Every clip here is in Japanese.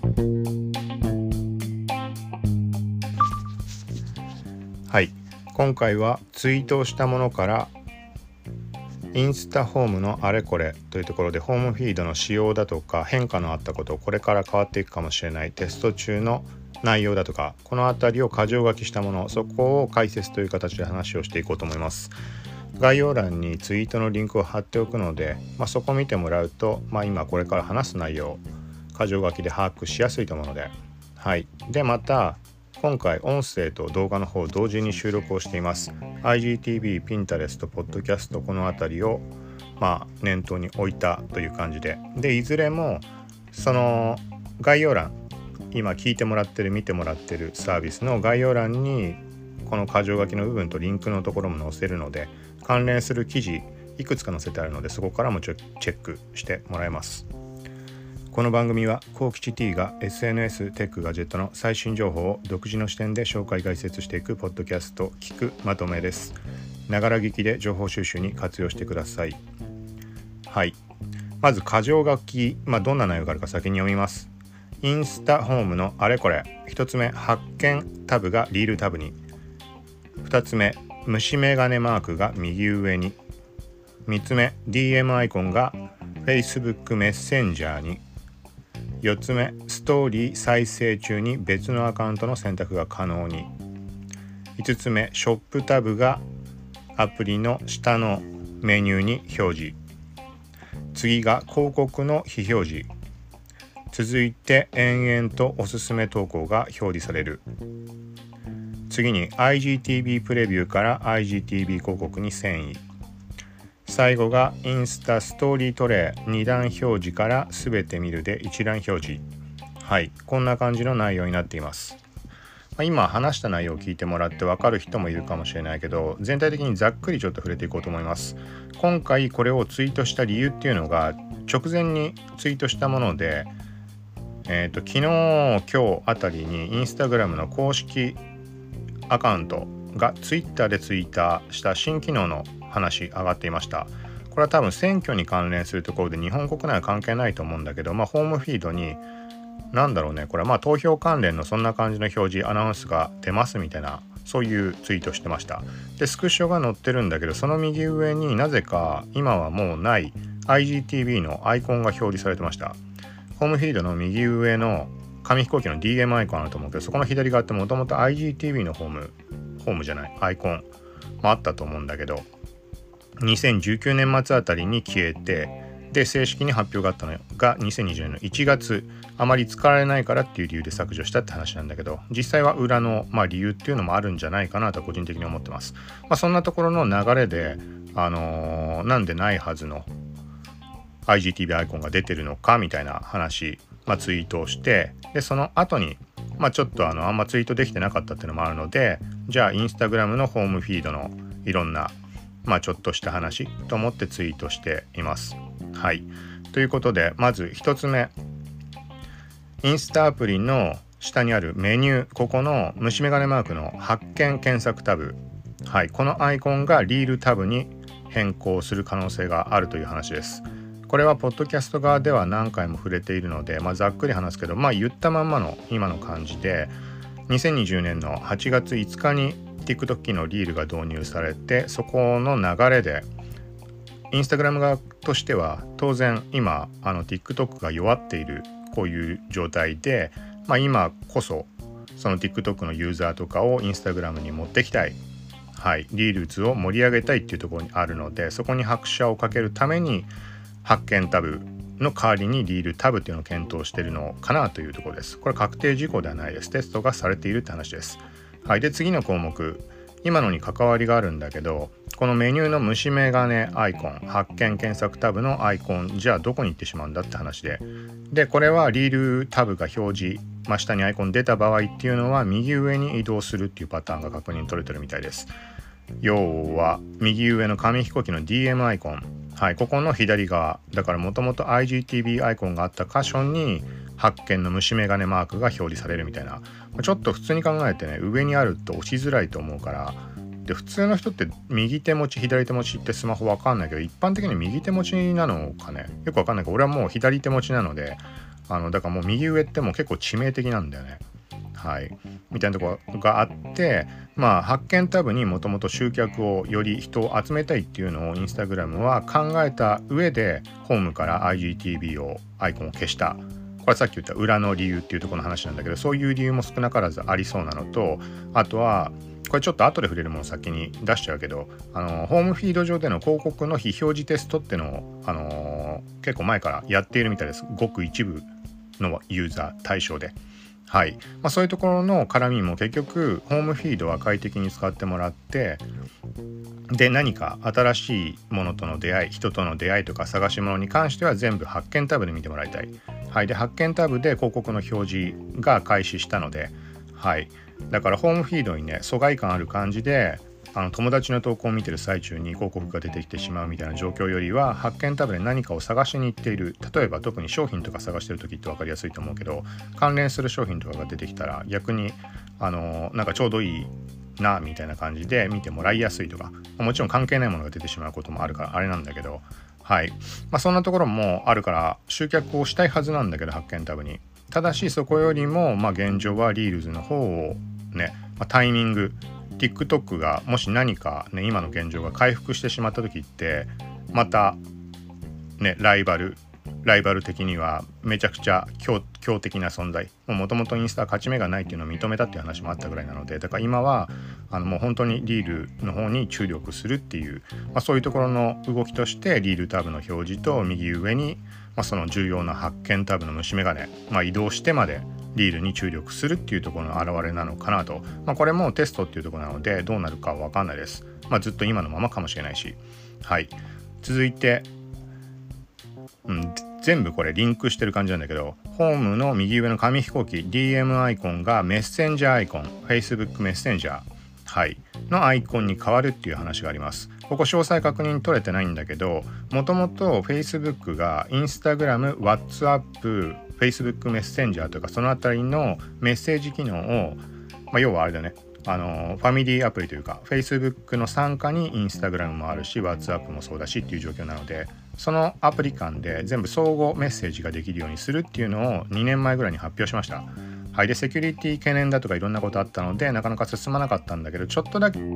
はい、今回はツイートをしたものからインスタホームのあれこれというところで、ホームフィードの仕様だとか変化のあったこと、これから変わっていくかもしれないテスト中の内容だとか、このあたりを箇条書きしたもの、そこを解説という形で話をしていこうと思います。概要欄にツイートのリンクを貼っておくので、そこを見てもらうと、今これから話す内容箇条書きで把握しやすいと思うので、でまた今回音声と動画の方同時に収録をしています。 IGTV、Pinterest、ポッドキャスト、このあたりを念頭に置いたという感じで、いずれもその概要欄、今聞いてもらってる見てもらってるサービスの概要欄にこの箇条書きの部分とリンクのところも載せるので、関連する記事いくつか載せてあるので、そこからもチェックしてもらえます。この番組は幸吉 T が SNS テックガジェットの最新情報を独自の視点で紹介解説していくポッドキャスト、聞くまとめです。ながら聞きで情報収集に活用してください。まず箇条書き、どんな内容があるか先に読みます。インスタホームのあれこれ。1つ目、発見タブがリールタブに。2つ目、虫眼鏡マークが右上に。3つ目、 DM アイコンが Facebook メッセンジャーに。4つ目、ストーリー再生中に別のアカウントの選択が可能に。5つ目、ショップタブがアプリの下のメニューに表示。次が広告の非表示。続いて延々とおすすめ投稿が表示される。次に IGTV プレビューから IGTV 広告に遷移。最後がインスタストーリートレイ2段表示からすべて見るで一覧表示。こんな感じの内容になっています。今話した内容を聞いてもらって分かる人もいるかもしれないけど、全体的にざっくりちょっと触れていこうと思います。今回これをツイートした理由っていうのが、直前にツイートしたもので、昨日今日あたりにインスタグラムの公式アカウントがツイッターでツイートした新機能の話上がっていました。これは多分選挙に関連するところで日本国内は関係ないと思うんだけど、ホームフィードにこれは投票関連のそんな感じの表示アナウンスが出ますみたいな、そういうツイートしてました。でスクショが載ってるんだけど、その右上になぜか今はもうない IGTV のアイコンが表示されてました。ホームフィードの右上の紙飛行機の DM アイコンあると思うけど、そこの左側ってもともと IGTV のホームじゃないアイコンもあったと思うんだけど、2019年末あたりに消えて、で正式に発表があったのが2020年の1月、あまり使われないからっていう理由で削除したって話なんだけど、実際は裏の理由っていうのもあるんじゃないかなと個人的に思ってます。そんなところの流れで、なんでないはずの IGTV アイコンが出てるのかみたいな話、ツイートをして、でその後にちょっとあんまツイートできてなかったっていうのもあるので、じゃあインスタグラムのホームフィードのいろんなちょっとした話と思ってツイートしています。ということで、まず1つ目、インスタアプリの下にあるメニュー、ここの虫眼鏡マークの発見検索タブ、このアイコンがリールタブに変更する可能性があるという話です。これはポッドキャスト側では何回も触れているので、ざっくり話すけど、言ったまんまの今の感じで、2020年の8月5日に TikTok 機能リールが導入されて、そこの流れでインスタグラム側としては当然今TikTok が弱っているこういう状態で、今こそその TikTok のユーザーとかをインスタグラムに持ってきたい、リールズを盛り上げたいっていうところにあるので、そこに拍車をかけるために発見タブの代わりにリールタブっていうのを検討しているのかなというところです。これ確定事項ではないです。テストがされているって話です。で次の項目、今のに関わりがあるんだけど、このメニューの虫眼鏡アイコン、発見検索タブのアイコン、じゃあどこに行ってしまうんだって話で、これはリールタブが表示、下にアイコン出た場合っていうのは右上に移動するっていうパターンが確認取れてるみたいです。要は右上の紙飛行機の DM アイコン、ここの左側だから、もともと IGTV アイコンがあった箇所に発見の虫眼鏡マークが表示されるみたいな、ちょっと普通に考えてね、上にあると押しづらいと思うから、で普通の人って右手持ち左手持ちってスマホわかんないけど、一般的に右手持ちなのかね、よくわかんないけど、俺はもう左手持ちなのでだからもう右上ってもう結構致命的なんだよね。はい、みたいなところがあって、発見タブにもともと集客をより人を集めたいっていうのをインスタグラムは考えた上でホームから IGTV をアイコンを消した。これはさっき言った裏の理由っていうところの話なんだけど、そういう理由も少なからずありそうなのと、あとはこれちょっと後で触れるもの先に出しちゃうけど、ホームフィード上での広告の非表示テストってのを、結構前からやっているみたいです。ごく一部のユーザー対象で。はい、そういうところの絡みも結局ホームフィードは快適に使ってもらって、で何か新しいものとの出会い、人との出会いとか探し物に関しては全部発見タブで見てもらいたい。はい、で発見タブで広告の表示が開始したので、はい、だからホームフィードにね疎外感ある感じで友達の投稿を見てる最中に広告が出てきてしまうみたいな状況よりは、発見タブで何かを探しに行っている、例えば特に商品とか探してる時って分かりやすいと思うけど、関連する商品とかが出てきたら逆になんかちょうどいいなみたいな感じで見てもらいやすいとか、もちろん関係ないものが出てしまうこともあるからあれなんだけど、はい、そんなところもあるから集客をしたいはずなんだけど発見タブに。ただしそこよりも現状はリールズの方をね、タイミングTikTok がもし何かね今の現状が回復してしまった時ってまたねライバル的にはめちゃくちゃ強敵な存在、もともとインスタは勝ち目がないっていうのを認めたっていう話もあったぐらいなので、だから今はもう本当にリールの方に注力するっていう、そういうところの動きとしてリールタブの表示と右上に、その重要な発見タブの虫眼鏡、移動してまでリールに注力するっていうところの表れなのかなと。これもテストっていうところなのでどうなるかは分かんないです。ずっと今のままかもしれないし。はい、続いて、全部これリンクしてる感じなんだけど、ホームの右上の紙飛行機 DM アイコンがメッセンジャーアイコン Facebook メッセンジャー、はい、のアイコンに変わるっていう話があります。ここ詳細確認取れてないんだけど、もともと Facebook が Instagram、WhatsApp、Facebook メッセンジャーとかそのあたりのメッセージ機能を、要はあれだね、ファミリーアプリというか Facebook の傘下に Instagram もあるし WhatsApp もそうだしっていう状況なので、そのアプリ間で全部相互メッセージができるようにするっていうのを2年前ぐらいに発表しました。はい、でセキュリティ懸念だとかいろんなことあったのでなかなか進まなかったんだけど、ちょっとだけ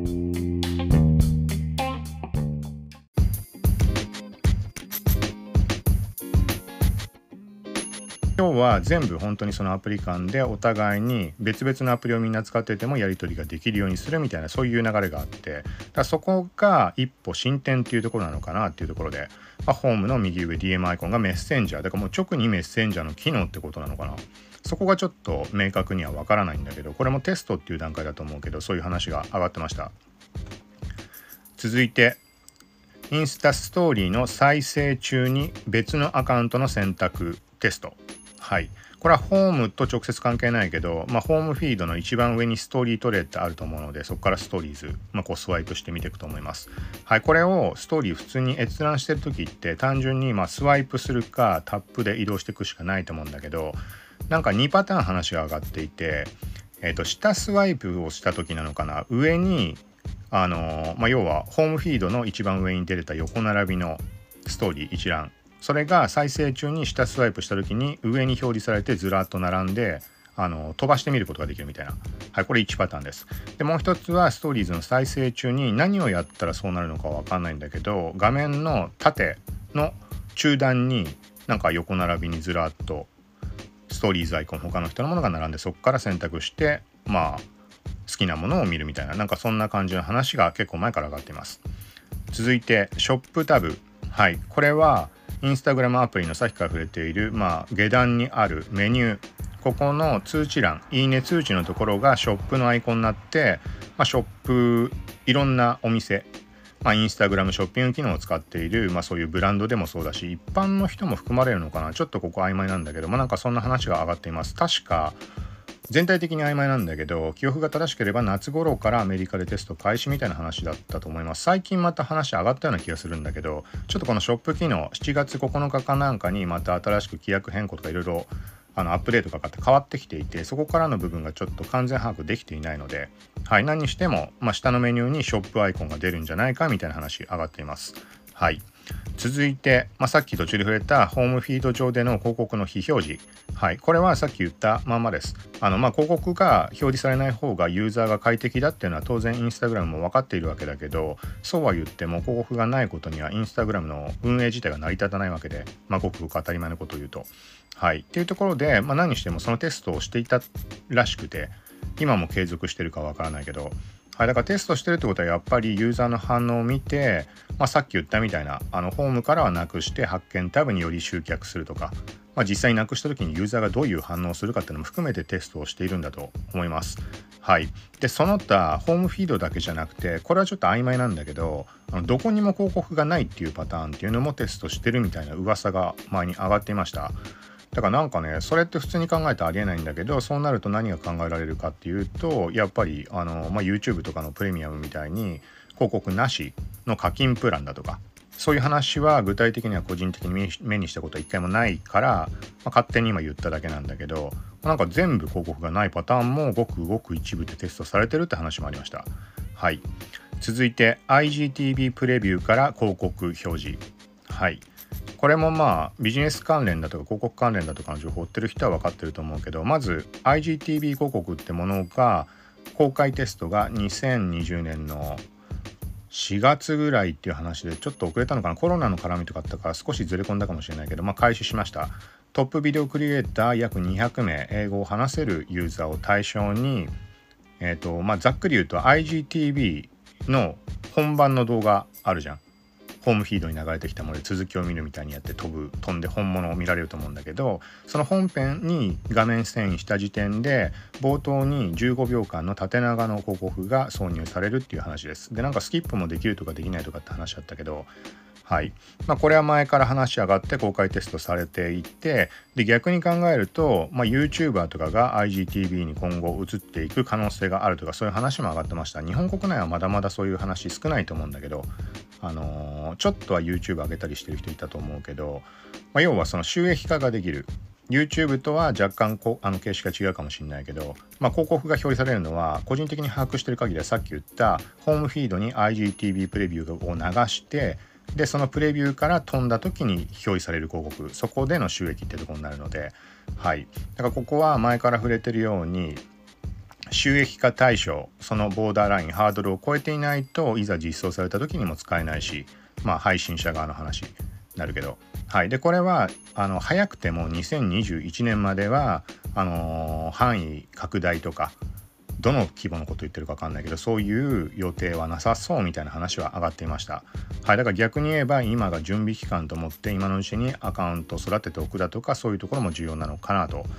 今日は全部本当にそのアプリ間でお互いに別々のアプリをみんな使っててもやり取りができるようにするみたいな、そういう流れがあって、だからそこが一歩進展っていうところなのかなっていうところで、ホームの右上 DM アイコンがメッセンジャーだからもう直にメッセンジャーの機能ってことなのかな。そこがちょっと明確にはわからないんだけど、これもテストっていう段階だと思うけどそういう話が上がってました。続いてインスタストーリーの再生中に別のアカウントの選択テスト。はい、これはホームと直接関係ないけど、ホームフィードの一番上にストーリートレーってあると思うので、そこからストーリーズ、こうスワイプして見ていくと思います。はい、これをストーリー普通に閲覧してる時って単純にスワイプするかタップで移動していくしかないと思うんだけど、なんか2パターン話が上がっていて、下スワイプをした時なのかな、上に要はホームフィードの一番上に出てた横並びのストーリー一覧、それが再生中に下スワイプした時に上に表示されてずらっと並んで飛ばしてみることができるみたいな。はい、これ1パターンです。でもう一つはストーリーズの再生中に何をやったらそうなるのかわかんないんだけど、画面の縦の中段になんか横並びにずらっとストーリーズアイコン他の人のものが並んで、そこから選択して好きなものを見るみたいな、なんかそんな感じの話が結構前から上がっています。続いてショップタブ。はい、これはインスタグラムアプリのさっきから触れている、下段にあるメニュー、ここの通知欄、いいね通知のところがショップのアイコンになって、ショップいろんなお店、インスタグラムショッピング機能を使っている、そういうブランドでもそうだし一般の人も含まれるのかな、ちょっとここ曖昧なんだけど、なんかそんな話が上がっています。確か全体的に曖昧なんだけど、記憶が正しければ夏頃からアメリカでテスト開始みたいな話だったと思います。最近また話上がったような気がするんだけど、ちょっとこのショップ機能7月9日かなんかにまた新しく規約変更とかいろいろアップデートがかかって変わってきていて、そこからの部分がちょっと完全把握できていないので、はい、何にしても、下のメニューにショップアイコンが出るんじゃないかみたいな話上がっています。はい、 続いて、さっき途中で触れたホームフィード上での広告の非表示、これはさっき言ったまんまです。広告が表示されない方がユーザーが快適だっていうのは当然インスタグラムも分かっているわけだけど、そうは言っても広告がないことにはインスタグラムの運営自体が成り立たないわけで、ごくごく当たり前のことを言うと、っていうところで、何にしてもそのテストをしていたらしくて、今も継続してるかわからないけど、だからテストしてるってことはやっぱりユーザーの反応を見て、さっき言ったみたいなホームからはなくして発見タブにより集客するとか、実際になくした時にユーザーがどういう反応をするかっていうのも含めてテストをしているんだと思います。でその他ホームフィードだけじゃなくて、これはちょっと曖昧なんだけど、どこにも広告がないっていうパターンっていうのもテストしてるみたいな噂が前に上がっていました。だからなんかね、それって普通に考えたらありえないんだけど、そうなると何が考えられるかっていうと、やっぱりYouTube とかのプレミアムみたいに広告なしの課金プランだとか、そういう話は具体的には個人的に目にしたことは一回もないから、勝手に今言っただけなんだけど、なんか全部広告がないパターンもごくごく一部でテストされてるって話もありました。続いて IGTV プレビューから広告表示。これもビジネス関連だとか広告関連だとかの情報を追ってる人は分かってると思うけど、まず IGTV 広告ってものが公開テストが2020年の4月ぐらいっていう話で、ちょっと遅れたのかな、コロナの絡みとかあったから少しずれ込んだかもしれないけど、開始しました。トップビデオクリエイター約200名、英語を話せるユーザーを対象に、ざっくり言うと IGTV の本番の動画あるじゃん。ホームフィードに流れてきたもので続きを見るみたいにやって飛んで本物を見られると思うんだけど、その本編に画面遷移した時点で冒頭に15秒間の縦長の広告が挿入されるっていう話です。でなんかスキップもできるとかできないとかって話だったけど、これは前から話し上がって公開テストされていて、で逆に考えると、YouTuber とかが IGTV に今後移っていく可能性があるとか、そういう話も上がってました。日本国内はまだまだそういう話少ないと思うんだけど、ちょっとは YouTube 上げたりしてる人いたと思うけど、要はその収益化ができる YouTube とは若干形式が違うかもしれないけど、広告が表示されるのは個人的に把握してる限りはさっき言ったホームフィードに IGTV プレビューを流して、でそのプレビューから飛んだ時に表示される広告、そこでの収益ってところになるので、だからここは前から触れてるように収益化対象、そのボーダーラインハードルを超えていないといざ実装された時にも使えないし、配信者側の話になるけど、でこれは早くても2021年までは範囲拡大とか、どの規模のこと言ってるか分かんないけど、そういう予定はなさそうみたいな話は上がっていました。だから逆に言えば今が準備期間と思って今のうちにアカウントを育てておくだとか、そういうところも重要なのかなと。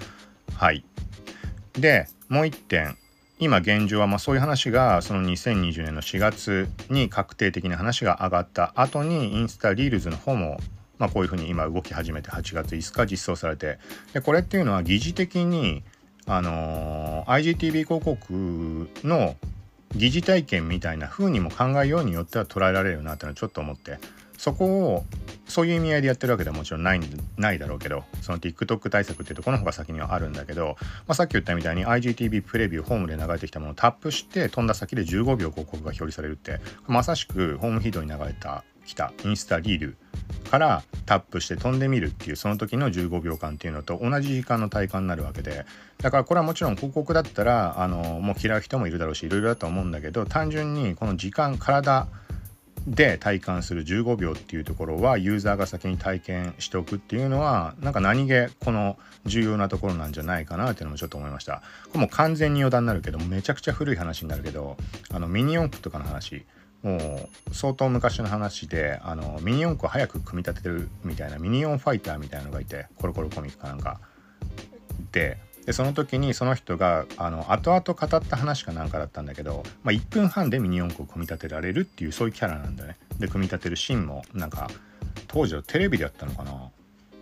でもう一点、今現状はそういう話がその2020年の4月に確定的な話が上がった後にインスタリールズの方もこういうふうに今動き始めて8月5日実装されて、でこれっていうのは疑似的にIGTV 広告の疑似体験みたいな風にも考えようによっては捉えられるよなってのはちょっと思って、そこをそういう意味合いでやってるわけではもちろんないだろうけど、その TikTok 対策っていうところの方が先にはあるんだけど、さっき言ったみたいに IGTV プレビューホームで流れてきたものをタップして飛んだ先で15秒広告が表示されるって、まさしくホームフィードに流れきたインスタリールからタップして飛んでみるっていうその時の15秒間っていうのと同じ時間の体感になるわけで、だからこれはもちろん広告だったらもう嫌う人もいるだろうしいろいろだと思うんだけど、単純にこの時間体で体感する15秒っていうところはユーザーが先に体験しておくっていうのはなんか何気この重要なところなんじゃないかなっていうのもちょっと思いました。これもう完全に余談になるけどめちゃくちゃ古い話になるけど、ミニ四駆とかの話、もう相当昔の話でミニ四駆を早く組み立ててるみたいなミニ四ファイターみたいなのがいて、コロコロコミックかなんかでその時にその人が後々語った話かなんかだったんだけど、1分半でミニ四駆を組み立てられるっていうそういうキャラなんだよね。で組み立てるシーンもなんか当時のテレビでやったのかな、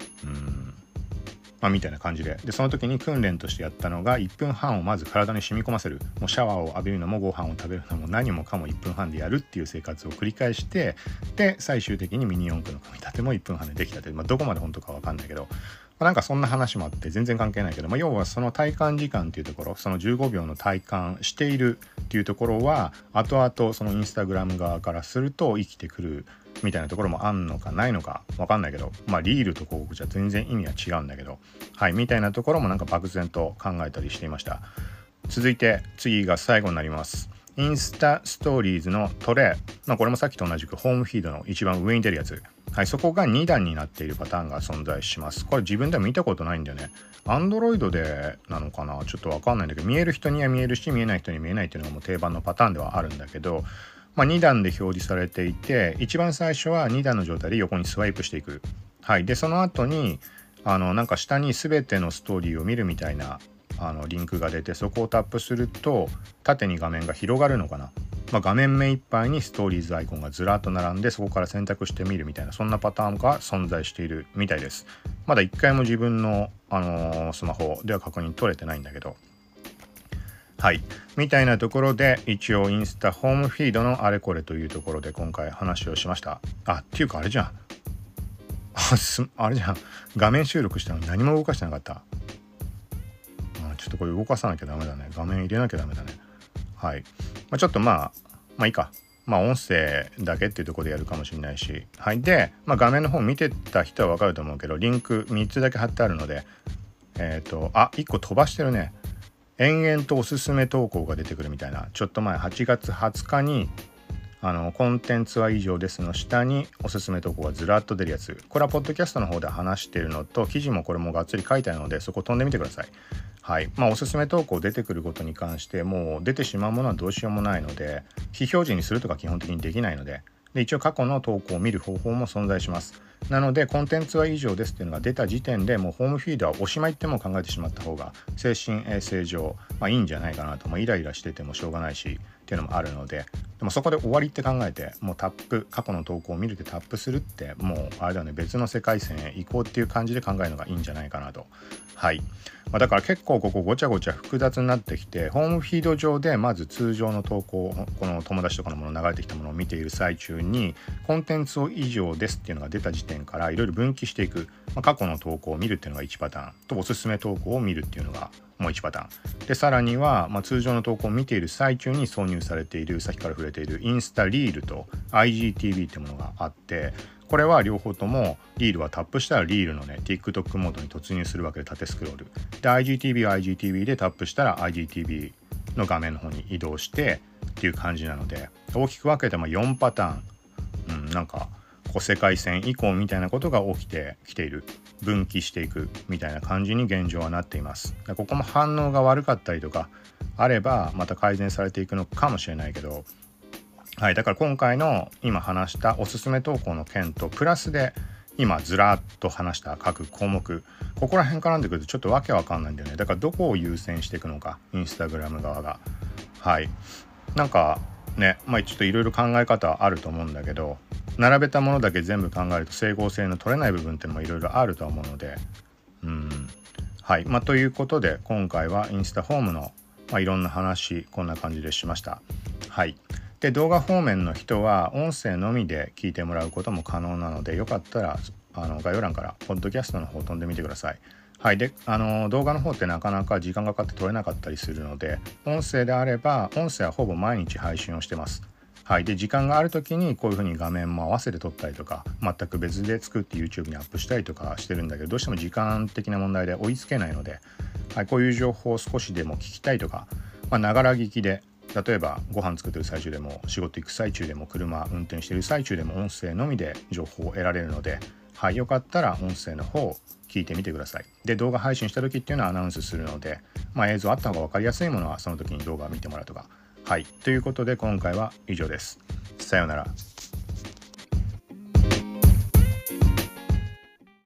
みたいな感じで、その時に訓練としてやったのが1分半をまず体に染み込ませる、もうシャワーを浴びるのもご飯を食べるのも何もかも1分半でやるっていう生活を繰り返して、で最終的にミニ四駆の組み立ても1分半でできたという、どこまで本当か分かんないけど、 なんかそんな話もあって全然関係ないけど、要はその体感時間っていうところ、その15秒の体感しているっていうところは後々そのインスタグラム側からすると生きてくるみたいなところもあんのかないのか分かんないけど、リールと広告じゃ全然意味は違うんだけど、みたいなところもなんか漠然と考えたりしていました。続いて次が最後になります。インスタストーリーズのトレイ、これもさっきと同じくホームフィードの一番上に出るやつ、そこが2段になっているパターンが存在します。これ自分でも見たことないんだよね。Android でなのかな、ちょっとわかんないんだけど、見える人には見えるし見えない人には見えないっていうのがもう定番のパターンではあるんだけど、2段で表示されていて、一番最初は2段の状態で横にスワイプしていく。でその後になんか下に全てのストーリーを見るみたいなリンクが出て、そこをタップすると縦に画面が広がるのかな。画面目いっぱいにストーリーズアイコンがずらっと並んで、そこから選択してみるみたいな、そんなパターンが存在しているみたいです。まだ一回も自分の、スマホでは確認取れてないんだけど、みたいなところで一応インスタホームフィードのあれこれというところで今回話をしました。っていうかあれじゃんあれじゃん、画面収録したのに何も動かしてなかった。ちょっとこれ動かさなきゃダメだね。画面入れなきゃダメだね。ちょっといいか。音声だけっていうところでやるかもしれないし。で、画面の方見てた人はわかると思うけど、リンク3つだけ貼ってあるので、1個飛ばしてるね。延々とおすすめ投稿が出てくるみたいな。ちょっと前、8月20日に、コンテンツは以上ですの下におすすめ投稿がずらっと出るやつ。これはポッドキャストの方で話しているのと、記事もこれもがっつり書いてあるので、そこ飛んでみてください。おすすめ投稿出てくることに関してもう出てしまうものはどうしようもないので、非表示にするとか基本的にできないので、一応過去の投稿を見る方法も存在します。なのでコンテンツは以上ですっていうのが出た時点でもうホームフィードはおしまいっても考えてしまった方が精神衛生上いいんじゃないかなと。イライラしててもしょうがないしっていうのもあるので、でもそこで終わりって考えて、もうタップ、過去の投稿を見るってタップするって、もうあれだね、別の世界線へ行こうっていう感じで考えるのがいいんじゃないかなと。だから結構ここごちゃごちゃ複雑になってきて、ホームフィード上でまず通常の投稿、この友達とかのもの流れてきたものを見ている最中にコンテンツを以上ですっていうのが出た時点からいろいろ分岐していく。過去の投稿を見るっていうのが1パターンと、おすすめ投稿を見るっていうのがもう1パターンで、さらには、通常の投稿を見ている最中に挿入されている、さっきから触れているインスタリールと IGTV ってものがあって、これは両方ともリールはタップしたらリールのね TikTok モードに突入するわけで、縦スクロールで IGTV は IGTV でタップしたら IGTV の画面の方に移動してっていう感じなので、大きく分けて4パターン、なんか世界線移行みたいなことが起きてきている、分岐していくみたいな感じに現状はなっています。ここも反応が悪かったりとかあればまた改善されていくのかもしれないけど、だから今回の今話したおすすめ投稿の件とプラスで今ずらっと話した各項目、ここら辺絡んでくるとちょっとわけわかんないんだよね。だからどこを優先していくのか、インスタグラム側が。なんかね、ちょっといろいろ考え方あると思うんだけど、並べたものだけ全部考えると整合性の取れない部分っていうのもいろいろあるとは思うので、ということで今回はインスタホームの、いろんな話こんな感じでしました。で動画方面の人は音声のみで聞いてもらうことも可能なので、よかったら概要欄からポッドキャストの方飛んでみてください。で動画の方ってなかなか時間がかかって撮れなかったりするので、音声であれば音声はほぼ毎日配信をしてます。で時間がある時にこういう風に画面も合わせて撮ったりとか、全く別で作って YouTube にアップしたりとかしてるんだけど、どうしても時間的な問題で追いつけないので、こういう情報を少しでも聞きたいとか、ながら聞きで、例えばご飯作ってる最中でも仕事行く最中でも車運転してる最中でも音声のみで情報を得られるので、よかったら音声の方を聞いてみてください。で動画配信した時っていうのはアナウンスするので、映像あった方が分かりやすいものはその時に動画を見てもらうとか。ということで今回は以上です。さようなら。